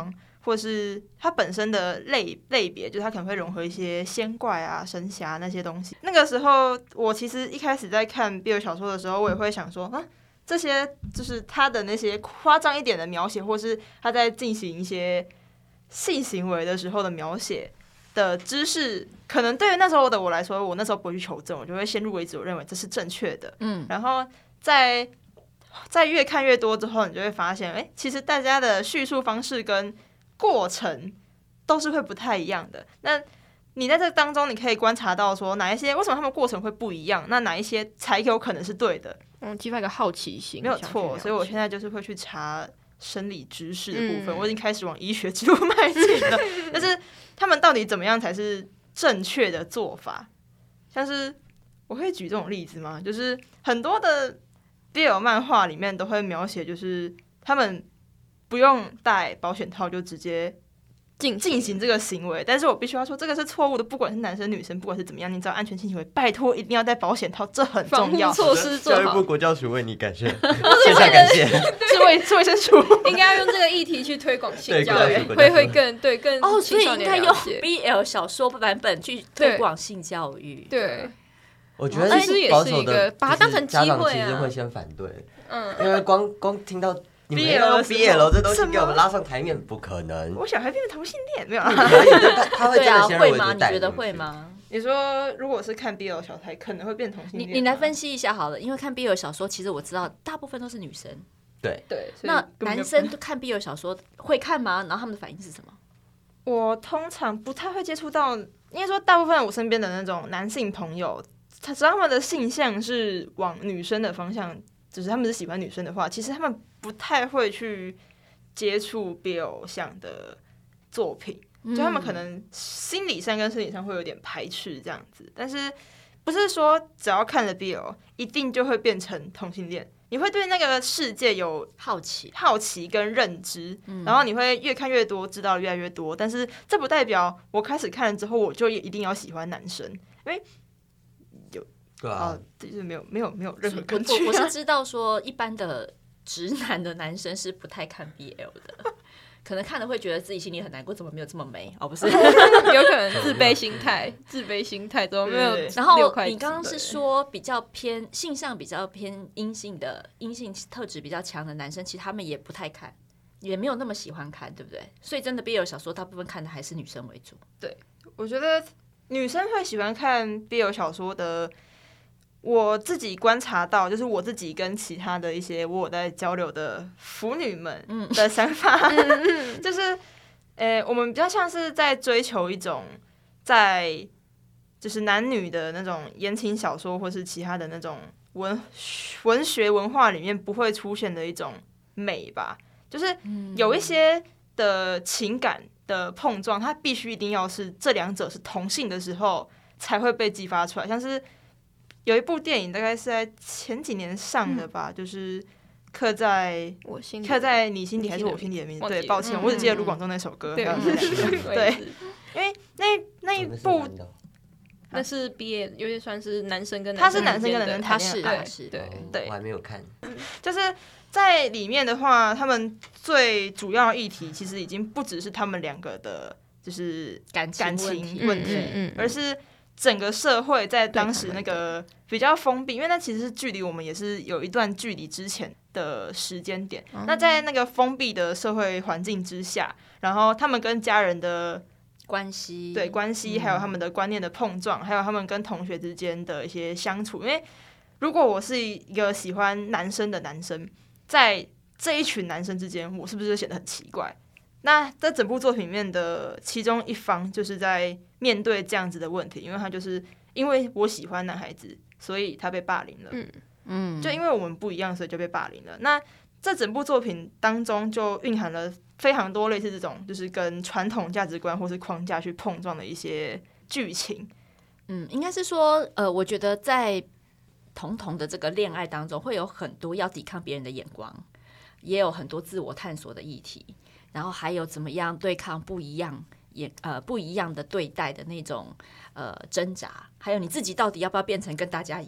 或是它本身的类类别，就是它可能会融合一些仙怪啊、神侠那些东西。那个时候，我其实一开始在看 B L 小说的时候，我也会想说，啊，这些就是他的那些夸张一点的描写，或是他在进行一些性行为的时候的描写的知识，可能对于那时候的我来说，我那时候不会去求证，我就会先入为主，我认为这是正确的。嗯，然后在在越看越多之后，你就会发现，哎，其实大家的叙述方式跟过程都是会不太一样的。那你在这当中，你可以观察到说哪一些为什么他们过程会不一样，那哪一些才有可能是对的。 嗯，激发一个好奇心， 没有错。所以我现在就是会去查生理知识的部分，嗯、我已经开始往医学之路迈进了。就是他们到底怎么样才是正确的做法？像是我可以举这种例子吗？就是很多的 B L 漫画里面都会描写，就是他们不用戴保险套就直接进进行这个行为，但是我必须要说这个是错误的，不管是男生女生，不管是怎么样，你只要安全性行为，拜托一定要戴保险套，这很重要。 措施做好。 教育部国教署为你感谢，谢谢感谢， 是卫是卫生署应该要用这个议题去推广性教育， 对会会更对更哦，所以应该用 B B L 小说版本去推广性教育。 对， 我觉得保守的把它当成机会啊， 家长其实会先反对，嗯，因为光光听到。你们要用 B L 这东西给我们拉上台面，不可能。 我小孩变成同性恋没有？可以，他会真的先入为主带进去。 对啊，会吗？你觉得会吗？ 你说如果是看 B L 小孩，可能会变同性恋。 你你来分析一下好了，因为看 B L 小说，其实我知道大部分都是女生。 对对。 那男生看 B L 小说会看吗？然后他们的反应是什么？ 我通常不太会接触到，应该说大部分我身边的那种男性朋友，他只要他们的性向是往女生的方向。就是他们是喜欢女生的话，其实他们不太会去接触 B L 向的作品，就他们可能心理上跟生理上会有点排斥这样子。但是不是说只要看了 B L 一定就会变成同性恋，你会对那个世界有好奇、 好奇跟认知，然后你会越看越多，知道越来越多。但是这不代表我开始看了之后，我就也一定要喜欢男生，因为。 对啊， 就是没有没有没有任何根据、啊。 我我是知道说，一般的直男的男生是不太看 B L 的，可能看了会觉得自己心里很难过，怎么没有这么美？哦，不是， 有可能自卑心态，自卑心态怎么没有？ 然后你刚刚是说比较偏性向比较偏阴性的阴性特质比较强的男生，其实他们也不太看，也没有那么喜欢看，对不对？所以真的 B L 小说大部分看的还是女生为主。 对，我觉得女生会喜欢看 B L 小说的。我自己观察到，就是我自己跟其他的一些我有在交流的腐女们的想法，嗯、就是，呃，我们比较像是在追求一种在就是男女的那种言情小说，或是其他的那种文文学文化里面不会出现的一种美吧，就是有一些的情感的碰撞，它必须一定要是这两者是同性的时候才会被激发出来，像是。有一部电影大概是在前几年上的吧，嗯、就是刻在我心里， 刻在你心底还是我心底的名字？对，抱歉，嗯、我只记得卢广仲那首歌。对，对，因为那那一部那是 B L， 有点算是男生跟男生，他是男生跟男生谈恋爱， 对对对， 我还没有看。 就是在里面的话，他们最主要的议题其实已经不只是他们两个的，就是感感情问题， 嗯嗯嗯、 而是。整个社会在当时那个比较封闭，因为那其实是距离我们也是有一段距离之前的时间点。嗯、那在那个封闭的社会环境之下，然后他们跟家人的关系， 对关系，还有他们的观念的碰撞，还有他们跟同学之间的一些相处。因为如果我是一个喜欢男生的男生，在这一群男生之间，我是不是显得很奇怪？那在整部作品里面的其中一方，就是在面对这样子的问题，因为他就是因为我喜欢男孩子，所以他被霸凌了。嗯嗯，就因为我们不一样，所以就被霸凌了。那这整部作品当中，就蕴含了非常多类似这种，就是跟传统价值观或是框架去碰撞的一些剧情。 嗯，应该是说，呃，我觉得在童童的这个恋爱当中，会有很多要抵抗别人的眼光，也有很多自我探索的议题。然后还有怎么样对抗不一样也呃不一样的对待的那种呃挣扎，还有你自己到底要不要变成跟大家一样？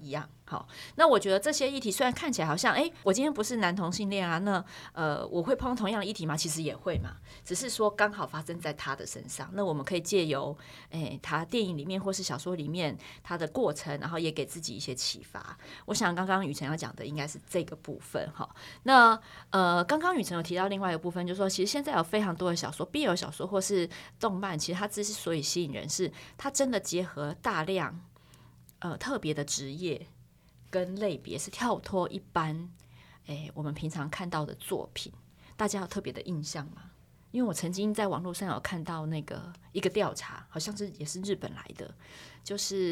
好，那我觉得这些议题虽然看起来好像，哎，我今天不是男同性恋啊，那呃，我会碰到同样的议题吗？其实也会嘛，只是说刚好发生在他的身上。那我们可以借由，哎，他电影里面或是小说里面他的过程，然后也给自己一些启发。我想刚刚雨辰要讲的应该是这个部分哈。那呃，刚刚雨辰有提到另外一个部分，就是说，其实现在有非常多的小说 ，B L 小说或是动漫，其实它之所以吸引人，是它真的结合大量呃特别的职业。跟类别是跳脱一般，哎，我们平常看到的作品，大家有特别的印象吗？因为我曾经在网络上有看到那个一个调查，好像是也是日本来的，就是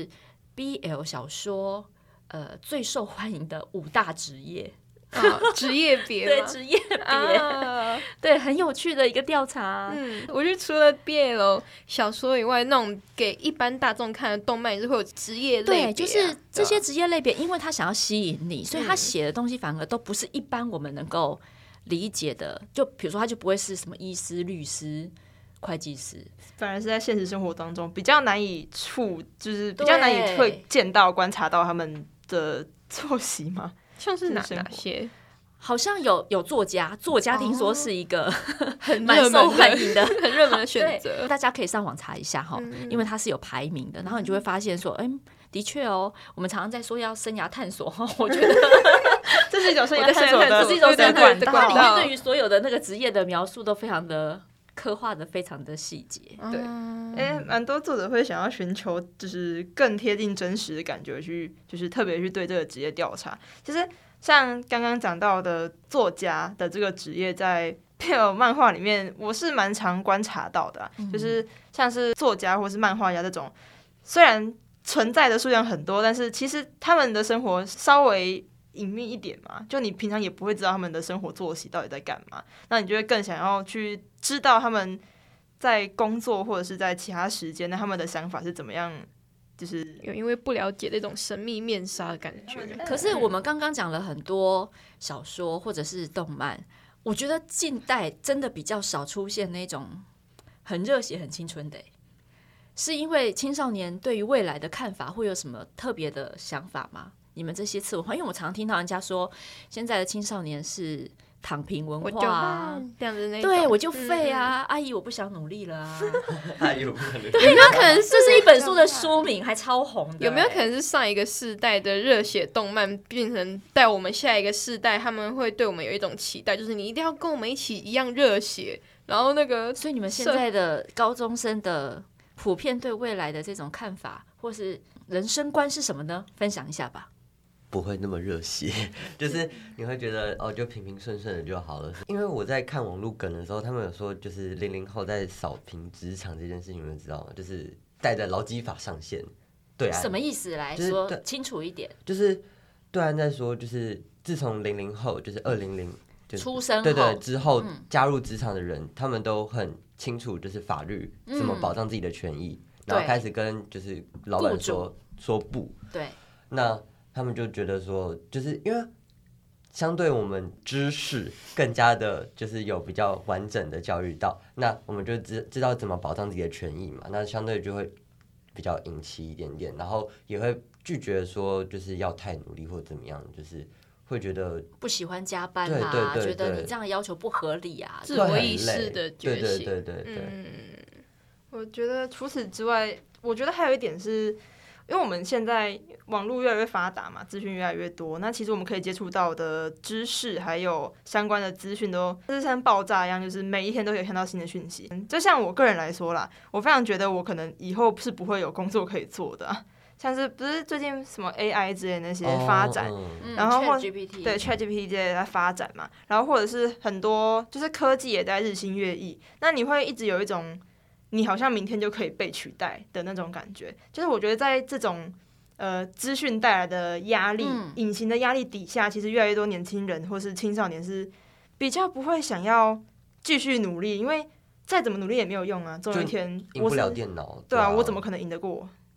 B L 小说呃最受欢迎的五大职业。 啊，职业别对职业别、 啊， 对，很有趣的一个调查。 嗯，我觉得除了 B L 小说以外，那种给一般大众看的动漫也是会有职业类别、啊， 对，就是这些职业类别，因为他想要吸引你，所以他写的东西反而都不是一般我们能够理解的。就比如说，他就不会是什么医师、律师、会计师， 反而是在现实生活当中比较难以触，就是比较难以会见到、观察到他们的作息吗？ 像是哪哪些？ 好像有有作家，作家听说是一个、哦、 很蛮受欢迎的、 很热门的选择。 大家可以上网查一下哈、嗯，因为它是有排名的，然后你就会发现说，哎、欸，的确哦，我们常常在说要生涯探索哈，我觉得这是一种生涯探索的， 这是一种生涯管道。 它里面对于所有的那个职业的描述都非常的。刻画的非常的细节， 对，哎，蛮多作者会想要寻求就是更贴近真实的感觉去，就是特别去对这个职业调查。其实像刚刚讲到的作家的这个职业，在 B L 漫画里面，我是蛮常观察到的、啊嗯，就是像是作家或是漫画家这种，虽然存在的数量很多，但是其实他们的生活稍微隐秘一点嘛，就你平常也不会知道他们的生活作息到底在干嘛，那你就会更想要去知道他们在工作或者是在其他时间，那他们的想法是怎么样，就是有因为不了解那种神秘面纱的感觉。 可是我们刚刚讲了很多小说或者是动漫，我觉得近代真的比较少出现那种很热血很青春的，是因为青少年对于未来的看法会有什么特别的想法吗？你们这些次文化，因为我常听到人家说，现在的青少年是躺平文化啊， 这样子那种， 对我就废啊、嗯，阿姨我不想努力了啊， 阿姨我不想努力， 有没有可能这是一本书的书名，还超红的？ 有没有可能是上一个世代的热血动漫变成带我们下一个世代，他们会对我们有一种期待，就是你一定要跟我们一起一样热血，然后那个， 所以你们现在的高中生的普遍对未来的这种看法，或是人生观是什么呢？分享一下吧。 不会那么热血，就是你会觉得哦，就平平顺顺的就好了。因为我在看网络梗的时候，他们有说，就是零零后在扫平职场这件事情，你们知道吗？就是带着劳基法上线，对啊， 什么意思？来说、就是、清楚一点。 就是对岸在说，就是自从零零后，就是二零零出生后， 对对之后加入职场的人、嗯，他们都很清楚，就是法律怎么保障自己的权益，嗯、然后开始跟就是老板说说不， 对， 那。他们就觉得说，就是因为相对我们知识更加的，就是有比较完整的教育到，那我们就知知道怎么保障自己的权益嘛，那相对就会比较隐气一点点，然后也会拒绝说就是要太努力或怎么样，就是会觉得不喜欢加班啦， 对对对对， 觉得你这样的要求不合理啊， 自我意识的觉醒， 对对对对对。 嗯，我觉得除此之外，我觉得还有一点是。因为我们现在网络越来越发达嘛，资讯越来越多，那其实我们可以接触到的知识还有相关的资讯都就是像爆炸一样，就是每一天都可以看到新的讯息。就像我个人来说啦，我非常觉得我可能以后是不会有工作可以做的、啊，像是不是最近什么 A I 之类的那些发展， oh, 然后或、 嗯、ChatGPT 对 ChatGPT 之类的在发展嘛，然后或者是很多就是科技也在日新月异，那你会一直有一种。你好像明天就可以被取代的那种感觉，就是我觉得在这种呃资讯带来的压力、嗯、隐形的压力底下，其实越来越多年轻人或是青少年是比较不会想要继续努力，因为再怎么努力也没有用啊，总有一天赢不了电脑， 对啊，我怎么可能赢得过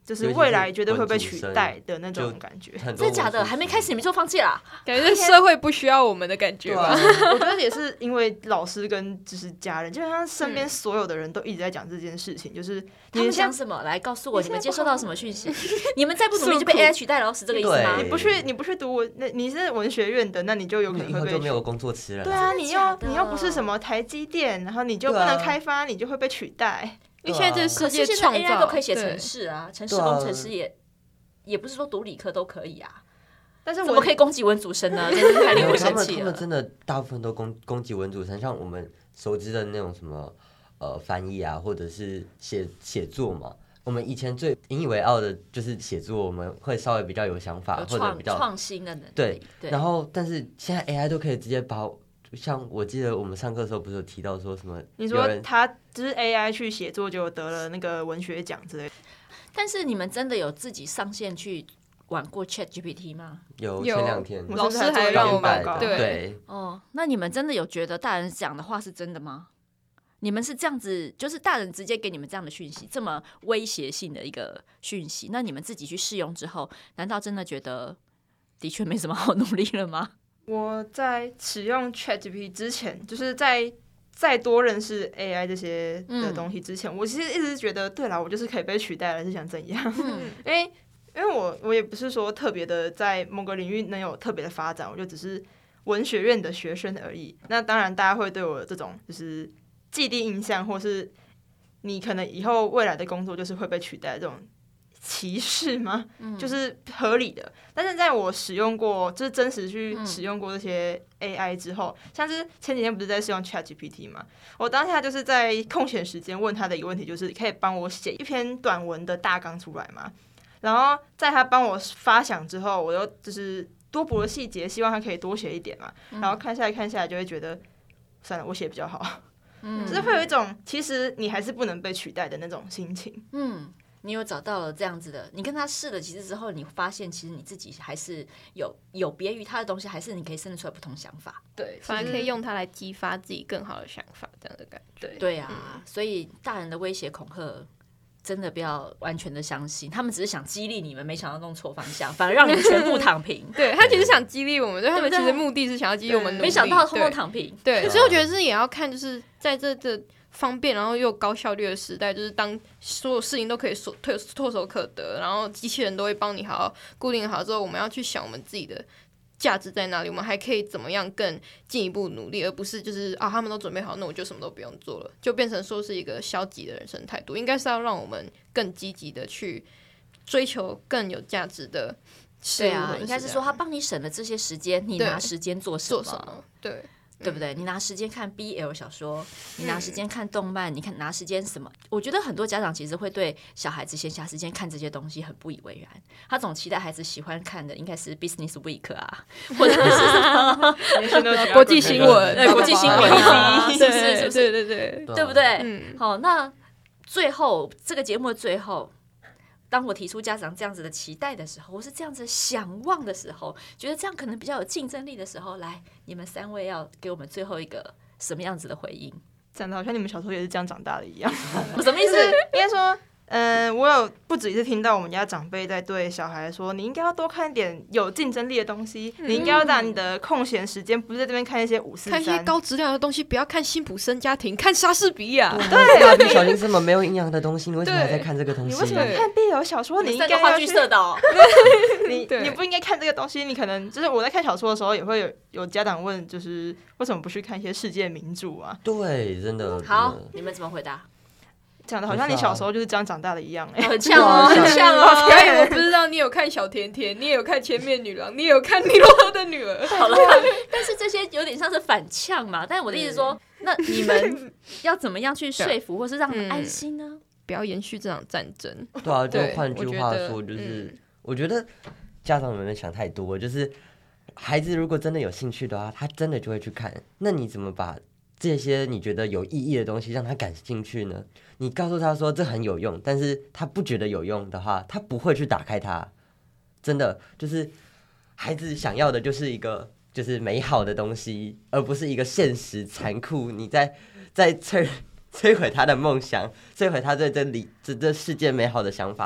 就是未来绝对会被取代的那种感觉。 真的假的？还没开始你们就放弃啦？ 感觉社会不需要我们的感觉吧？ 我觉得也是因为老师跟就是家人，基本上身边所有的人都一直在讲这件事情，就是他们讲什么？来告诉我，你们接收到什么讯息？你们再不努力就被 A I 取代了，是这个意思吗？ 你不去，你不去读文，那你是文学院的，那你就有可能会被就没有工作吃了。 对啊，你又你又不是什么台积电，然后你就不能开发，你就会被取代。 因为现在这个世界创造 A I 都可以写程式啊，程式工程师也也不是说读理科都可以啊。 但是怎么可以攻击文组生呢？真是太令我生气了。 他们真的大部分都攻攻击文组生，像我们熟知的那种什么呃翻译啊，或者是写写作嘛。我们以前最引以为傲的就是写作，我们会稍微比较有想法，或者比较创新的能力。 对，然后但是现在 A I 都可以直接把。像我记得我们上课的时候不是有提到说什么？ 你说他就是 A I 去写作就得了那个文学奖之类的。 但是你们真的有自己上线去玩过 Chat G P T 吗？ 有，前两天老师还让我报告。 对， 哦，那你们真的有觉得大人讲的话是真的吗？你们是这样子，就是大人直接给你们这样的讯息，这么威胁性的一个讯息，那你们自己去试用之后，难道真的觉得的确没什么好努力了吗？ 我在使用 ChatGPT 之前，就是在再多认识 A I 这些的东西之前，嗯、我其实一直觉得，对啦，我就是可以被取代了，是想怎样？嗯、因为因为我我也不是说特别的在某个领域能有特别的发展，我就只是文学院的学生而已。那当然，大家会对我这种就是既定印象，或是你可能以后未来的工作就是会被取代的这种。歧视吗？嗯、就是合理的。但是在我使用过，就是真实去使用过这些 A I 之后，嗯、像是前几天不是在使用 ChatGPT 嘛，我当下就是在空闲时间问他的一个问题，就是可以帮我写一篇短文的大纲出来吗？然后在他帮我发想之后，我又就是多补了细节，希望他可以多写一点嘛。嗯、然后看下来看下来，就会觉得算了，我写比较好。嗯，就是会有一种其实你还是不能被取代的那种心情。 嗯。你有找到了这样子的，你跟他试了几次之后，你发现其实你自己还是有有别于他的东西，还是你可以生得出来不同想法。 对，反而可以用它来激发自己更好的想法，这样的感觉。 对，对啊，嗯、所以大人的威胁恐吓真的不要完全的相信，他们只是想激励你们，没想到弄错方向，反而让你们全部躺平。 对，他其实想激励我们，对他们其实目的是想要激励我们努力， 没想到通通躺平。 对，所以我觉得是也要看，就是在这这。方便然后又高效率的时代，就是当所有事情都可以唾唾手可得，然后机器人都会帮你好好固定好之后，我们要去想我们自己的价值在哪里，我们还可以怎么样更进一步努力，而不是就是啊他们都准备好，那我就什么都不用做了，就变成说是一个消极的人生态度。应该是要让我们更积极的去追求更有价值的事物。 对啊，应该是说他帮你省了这些时间，你拿时间做什么？ 做什么？对。 对不对？你拿时间看 B L 小说，你拿时间看动漫，你看拿时间什么？我觉得很多家长其实会对小孩子闲暇时间看这些东西很不以为然。他总期待孩子喜欢看的应该是 Business Week 啊，或者是什么国际新闻， 对国际新闻啊，是不是？是不是？ 对对对， 对不对？嗯，好，那最后这个节目的最后。当我提出家长这样子的期待的时候，我是这样子想望的时候，觉得这样可能比较有竞争力的时候，来，你们三位要给我们最后一个什么样子的回应？ 讲的好像你们小时候也是这样长大的一样。 什么意思？ 应该说，嗯、呃，我有不止一次听到我们家长辈在对小孩说：“你应该要多看点有竞争力的东西，嗯、你应该要让你的空闲时间不是在这边看一些五四三， 看一些高质量的东西，不要看辛普森家庭，看莎士比亚。” 对，蜡笔小新这么没有营养的东西，你为什么还在看这个东西？ 你为什么看 B L 小说？你应该要话剧社的、哦， 你你不应该看这个东西。你可能就是我在看小说的时候，也会有有家长问，就是为什么不去看一些世界名著啊？ 对，真的。 好，你们怎么回答？ 讲的好像你小时候就是这样长大的一样、欸， 很像哦，很像哦。 所以我不知道你有看小甜甜，你也有看千面女郎，你也有看尼罗河的女儿。 好了，但是这些有点像是反呛嘛。但是我的意思说，那你们要怎么样去说服，或是让他们安心呢？ 嗯、不要延续这场战争。 对啊，就换句话说，就是我觉得家长们想太多，就是孩子如果真的有兴趣的话，他真的就会去看。那你怎么把这些你觉得有意义的东西让他感兴趣呢？你告诉他说这很有用，但是他不觉得有用的话，他不会去打开它。真的就是孩子想要的就是一个就是美好的东西，而不是一个现实残酷你在在摧摧毁他的梦想，摧毁他对这里这这世界美好的想法一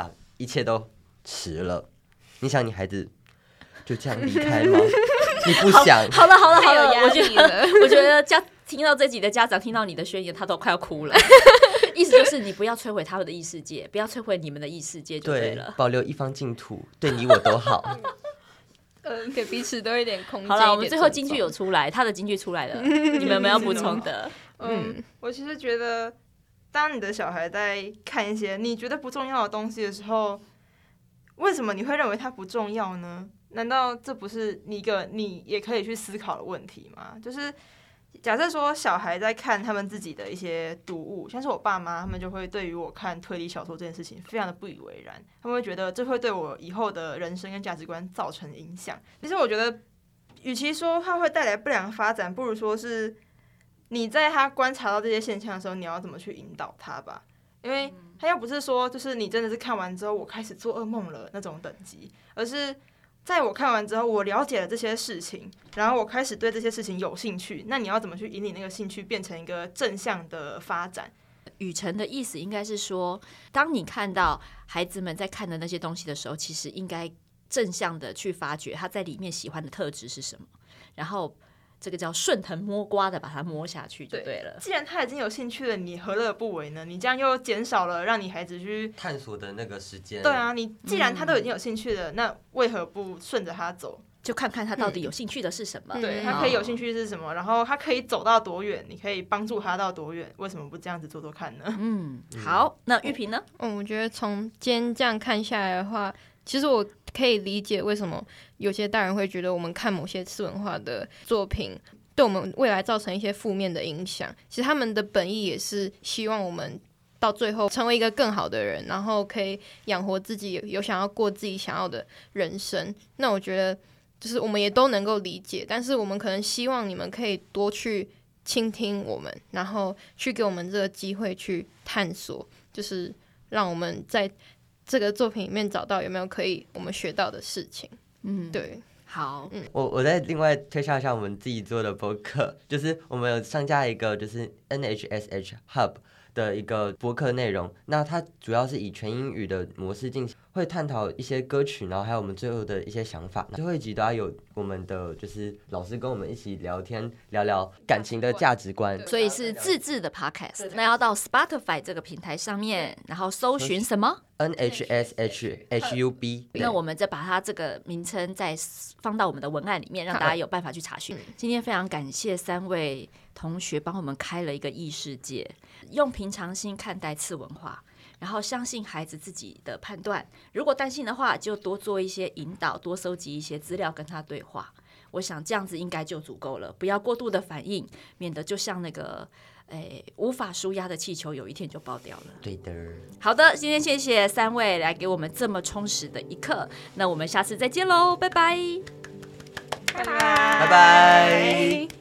一切都迟了。你想你孩子就这样离开吗？你不想？ 好了好了好了， 太有压我觉力了得我觉得家听到这集的家长听到你的宣言，他都快要哭了。意思就是你不要摧毁他们的异世界，不要摧毁你们的异世界就对对了。 保留一方净土，对你我都好。 呃，给彼此都一点空间。 好了，我们一点最后金句尊重有出来，他的金句出来了，你们有没有补充的？ 嗯，我其实觉得，当你的小孩在看一些你觉得不重要的东西的时候，为什么你会认为它不重要呢？难道这不是你一个你也可以去思考的问题吗？就是假设说小孩在看他们自己的一些读物，像是我爸妈，他们就会对于我看推理小说这件事情非常的不以为然，他们会觉得这会对我以后的人生跟价值观造成影响。其实我觉得，与其说它会带来不良发展，不如说是你在他观察到这些现象的时候，你要怎么去引导他吧？因为他又不是说就是你真的是看完之后我开始做噩梦了那种等级，而是在我看完之后，我了解了这些事情，然后我开始对这些事情有兴趣。那你要怎么去引领那个兴趣变成一个正向的发展？ 雨辰的意思应该是说，当你看到孩子们在看的那些东西的时候，其实应该正向的去发掘他在里面喜欢的特质是什么，然后这个叫顺藤摸瓜的把它摸下去就对了。 既然他已经有兴趣了，你何乐而不为呢？你这样又减少了让你孩子去探索的那个时间。 对啊，你既然他都已经有兴趣了，那为何不顺着他走？ 就看看他到底有兴趣的是什么。 对， 嗯他可以有兴趣是什么，然后他可以走到多远，你可以帮助他到多远，为什么不这样子做做看呢？ 嗯，好，那玉萍呢？ 嗯，我觉得从今天这样看下来的话，其实我可以理解为什么有些大人会觉得我们看某些次文化的作品对我们未来造成一些负面的影响。其实他们的本意也是希望我们到最后成为一个更好的人，然后可以养活自己，有想要过自己想要的人生。那我觉得就是我们也都能够理解，但是我们可能希望你们可以多去倾听我们，然后去给我们这个机会去探索，就是让我们在这个作品里面找到有没有可以我们学到的事情。 嗯， 对， 好， 我我再另外推销一下我们自己做的播客，就是我们有上架一个就是 N H S H Hub 的一个播客内容，那它主要是以全英语的模式进行，会探讨一些歌曲，然后还有我们最后的一些想法。最后一集都要有我们的就是老师跟我们一起聊天，聊聊感情的价值观。 所以是自制的 podcast， 那要到 Spotify 这个平台上面，然后搜寻什么？ N H S H H U B， 那我们再把它这个名称再放到我们的文案里面，让大家有办法去查询。今天非常感谢三位同学帮我们开了一个异世界，用平常心看待次文化，然后相信孩子自己的判断。如果担心的话，就多做一些引导，多收集一些资料跟他对话。我想这样子应该就足够了，不要过度的反应，免得就像那个诶无法舒压的气球，有一天就爆掉了。 对的。 好的，今天谢谢三位来给我们这么充实的一课，那我们下次再见喽，拜拜。 拜拜拜拜。